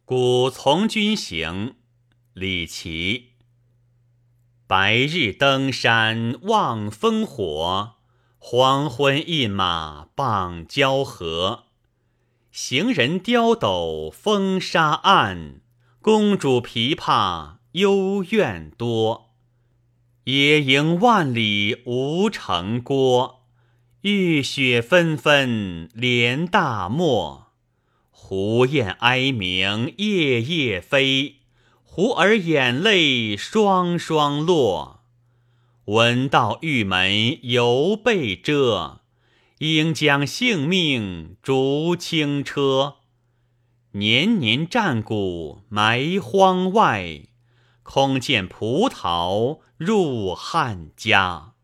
古从军行，李琦。白日登山望烽火，黄昏饮马傍交河。行人刁斗风沙暗，公主琵琶幽怨多。野营万里无城郭，浴雪纷纷连大漠。胡雁哀鸣夜夜飞，胡儿眼泪双双落。闻道玉门犹被遮，应将性命逐轻车。年年战鼓埋荒外，空见葡萄入汉家。